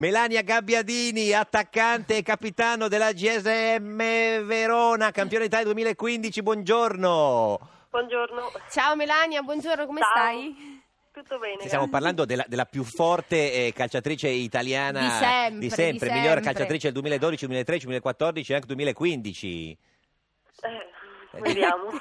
Melania Gabbiadini, attaccante e capitano della GSM Verona, campione d'Italia 2015, buongiorno. Buongiorno. Ciao Melania, buongiorno, come stai? Tutto bene. Stiamo parlando della più forte calciatrice italiana di sempre. migliore calciatrice del 2012, 2013, 2014 e anche 2015. Vediamo.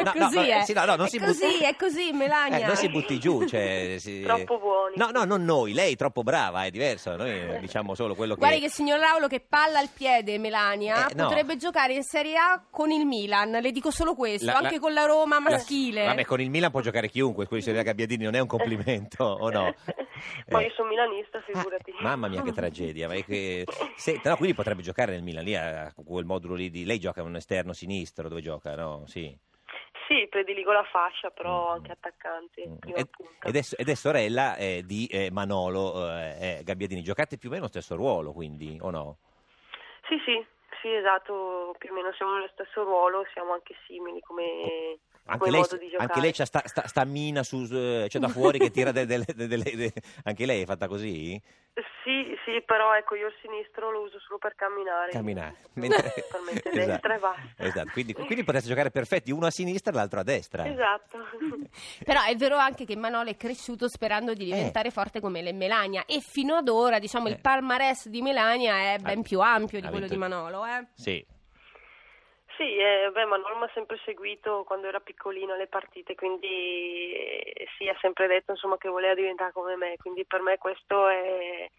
È così, Melania. Non si butti giù. Troppo buoni. No, non noi, lei è troppo brava, è diverso. Noi diciamo solo quello che... Guardi che signor Raulo che palla al piede, Melania, potrebbe giocare in Serie A con il Milan, le dico solo questo, anche con la Roma maschile. Vabbè, con il Milan può giocare chiunque, quello di Gabbiadini non è un complimento, o no? Ma io sono milanista, figurati. Mamma mia che tragedia. Quindi potrebbe giocare nel Milan, lì a quel modulo lì di... Lei gioca un esterno sinistro, dove gioca, no? Sì, prediligo la fascia, però anche attaccante. Ed è sorella di Manolo Gabbiadini. Giocate più o meno lo stesso ruolo, quindi, o no? Sì, esatto, più o meno siamo nello stesso ruolo, siamo anche simili come modo di giocare. Anche lei c'ha sta mina c'è da fuori che tira anche lei è fatta così? Sì, però ecco, io il sinistro lo uso solo per camminare. Totalmente destra e basta. Esatto, quindi potreste giocare perfetti, uno a sinistra e l'altro a destra. Esatto. Però è vero anche che Manolo è cresciuto sperando di diventare forte come le Melania, e fino ad ora, diciamo, il palmarès di Melania è ben più ampio di quello di Manolo, Sì. Sì, Manolo mi ha sempre seguito quando era piccolino alle partite, quindi sì, ha sempre detto insomma che voleva diventare come me, quindi per me questo è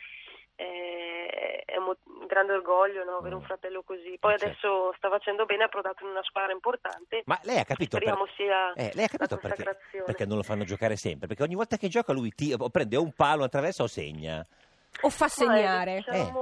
un grande orgoglio, no? Avere un fratello così. Poi adesso sta facendo bene, ha approdato in una squadra importante. Ma lei ha capito, speriamo sia lei ha capito la consacrazione. perché non lo fanno giocare sempre? Perché ogni volta che gioca lui prende o un palo attraverso o segna. O fa segnare.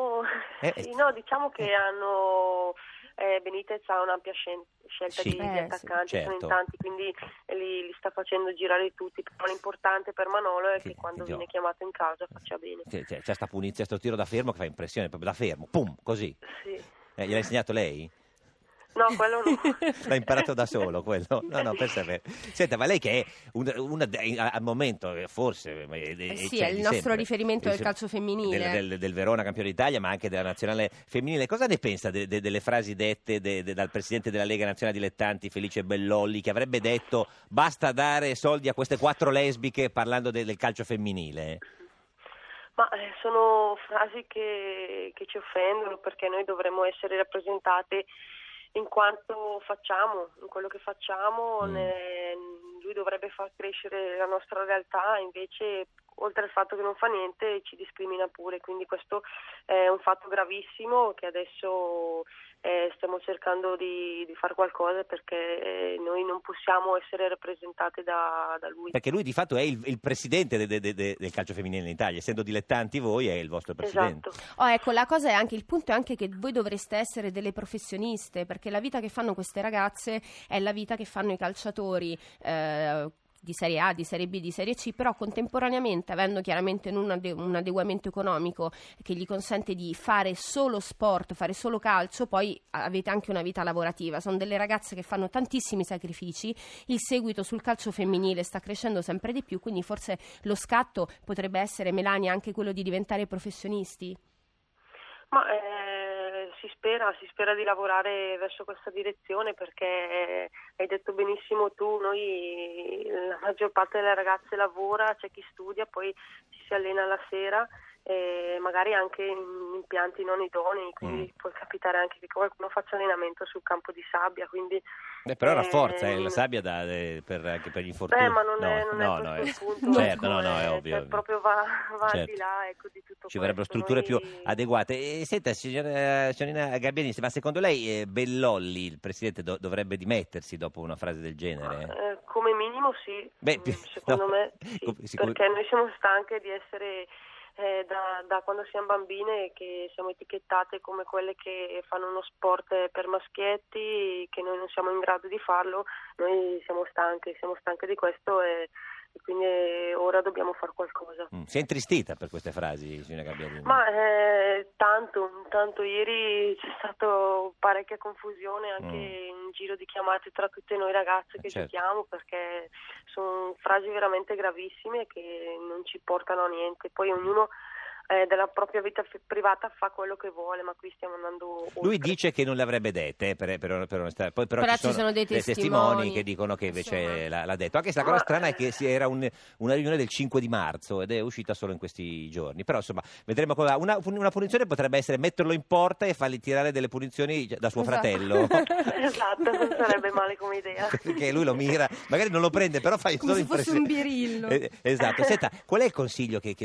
Diciamo che hanno... Benitez ha un'ampia scelta di attaccanti, certo. Sono in tanti, quindi li sta facendo girare tutti, però l'importante per Manolo è che quando viene chiamato in casa faccia bene. C'è sta punizione, sto tiro da fermo che fa impressione, proprio da fermo, pum, così. Sì. Gliel'ha insegnato lei? No, quello no. L'ha imparato da solo quello. No, per sapere. Senta, ma lei che è al momento forse è il nostro riferimento del calcio femminile del Verona campione d'Italia, ma anche della nazionale femminile. Cosa ne pensa delle frasi dette dal presidente della Lega Nazionale Dilettanti Felice Bellolli, che avrebbe detto basta dare soldi a queste 4 lesbiche parlando del calcio femminile? Ma sono frasi che ci offendono, perché noi dovremmo essere rappresentate in quanto facciamo, in quello che facciamo. Lui dovrebbe far crescere la nostra realtà, invece oltre al fatto che non fa niente ci discrimina pure, quindi questo è un fatto gravissimo che adesso stiamo cercando di fare qualcosa, perché noi non possiamo essere rappresentate da lui. Perché lui di fatto è il presidente del calcio femminile in Italia, essendo dilettanti voi è il vostro presidente. Esatto. Ecco, la cosa è anche, il punto è anche che voi dovreste essere delle professioniste, perché la vita che fanno queste ragazze è la vita che fanno i calciatori di Serie A, di Serie B, di Serie C, però contemporaneamente, avendo chiaramente un adeguamento economico che gli consente di fare solo sport, fare solo calcio, poi avete anche una vita lavorativa. Sono delle ragazze che fanno tantissimi sacrifici, il seguito sul calcio femminile sta crescendo sempre di più, quindi forse lo scatto potrebbe essere, Melania, anche quello di diventare professionisti? Ma si spera di lavorare verso questa direzione, perché hai detto benissimo tu, noi la maggior parte delle ragazze lavora, c'è chi studia, poi ci si allena la sera, magari anche in impianti non idonei, quindi può capitare anche che qualcuno faccia allenamento sul campo di sabbia, quindi però rafforza la sabbia anche per gli infortuni. Ma non è il punto. Certo, è ovvio. Proprio va al di là, ecco, di tutto. Ci vorrebbero strutture più adeguate. Senta, signorina Gabbiadini, ma secondo lei Bellolli, il presidente, dovrebbe dimettersi dopo una frase del genere? Come minimo sì. Secondo me sì, perché noi siamo stanche di essere da quando siamo bambine che siamo etichettate come quelle che fanno uno sport per maschietti, che noi non siamo in grado di farlo. Noi siamo stanche di questo e quindi ora dobbiamo fare qualcosa. Si è intristita per queste frasi, signora Gabbiadini? Ma tanto ieri c'è stata parecchia confusione anche in giro di chiamate tra tutte noi ragazze che giochiamo, perché sono frasi veramente gravissime che non ci portano a niente. Poi ognuno della propria vita privata fa quello che vuole, ma qui stiamo andando oltre. Lui dice che non le avrebbe dette, per onestà. Poi però ci sono dei testimoni che dicono che invece l'ha detto. Anche se la cosa strana è che era una riunione del 5 di marzo ed è uscita solo in questi giorni. Però insomma, vedremo cosa. Una punizione potrebbe essere metterlo in porta e fargli tirare delle punizioni da suo fratello. Esatto, non sarebbe male come idea. Perché lui lo mira, magari non lo prende, però fa come solo se fosse un birillo. Esatto. Senta, qual è il consiglio che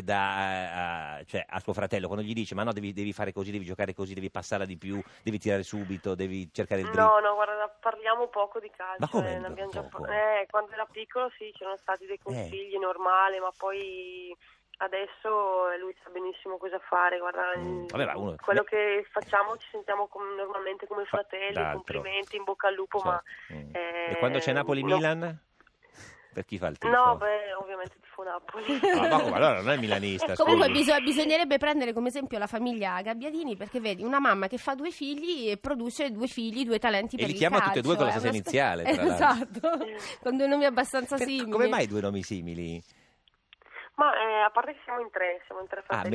dà a suo fratello quando gli dice: ma no, devi fare così, devi giocare così, devi passarla di più, devi tirare subito, devi cercare il dritto? No, guarda, parliamo poco di calcio. Ma come ne abbiamo poco? Quando era piccolo sì, c'erano stati dei consigli normali, ma poi adesso lui sa benissimo cosa fare. Guarda, Vabbè, quello che facciamo ci sentiamo normalmente come fratelli, complimenti, in bocca al lupo, ma e quando c'è Napoli-Milan? Per chi fa il tifo? No, ovviamente tifo Napoli. Ma allora non è milanista. Comunque bisognerebbe prendere come esempio la famiglia Gabbiadini, perché vedi una mamma che fa 2 figli e produce 2 figli, 2 talenti per il calcio. E li chiama tutti e 2 con la stessa iniziale, tra l'altro. Esatto, con 2 nomi abbastanza simili. Come mai 2 nomi simili? Ma a parte che siamo in tre fratelli.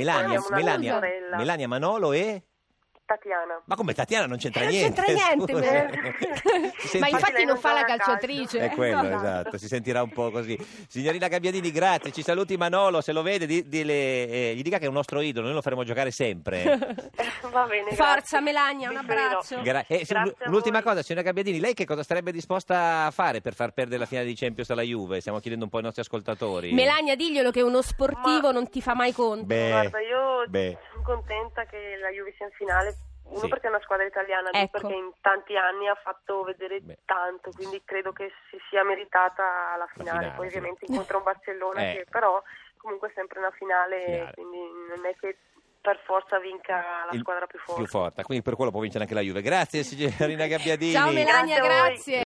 Melania, Manolo e... Tatiana. Ma come Tatiana non c'entra niente? Non c'entra niente. Ma infatti non fa la calciatrice. È quello, esatto, si sentirà un po' così. Signorina Gabbiadini, grazie, ci saluti Manolo, se lo vede gli dica che è un nostro idolo, noi lo faremo giocare sempre. Va bene, Forza Melania, un abbraccio. L'ultima cosa, signora Gabbiadini, lei che cosa sarebbe disposta a fare per far perdere la finale di Champions alla Juve? Stiamo chiedendo un po' ai nostri ascoltatori. Melania, diglielo che uno sportivo non ti fa mai conto. Guarda, io sono contenta che la Juve sia in finale. Uno perché è una squadra italiana, due perché in tanti anni ha fatto vedere tanto, quindi credo che si sia meritata la finale. Poi ovviamente incontra un Barcellona che però comunque è sempre una finale, quindi non è che per forza vinca la squadra più forte. Quindi per quello può vincere anche la Juve. Grazie signorina Gabbiadini. Ciao Melania, grazie.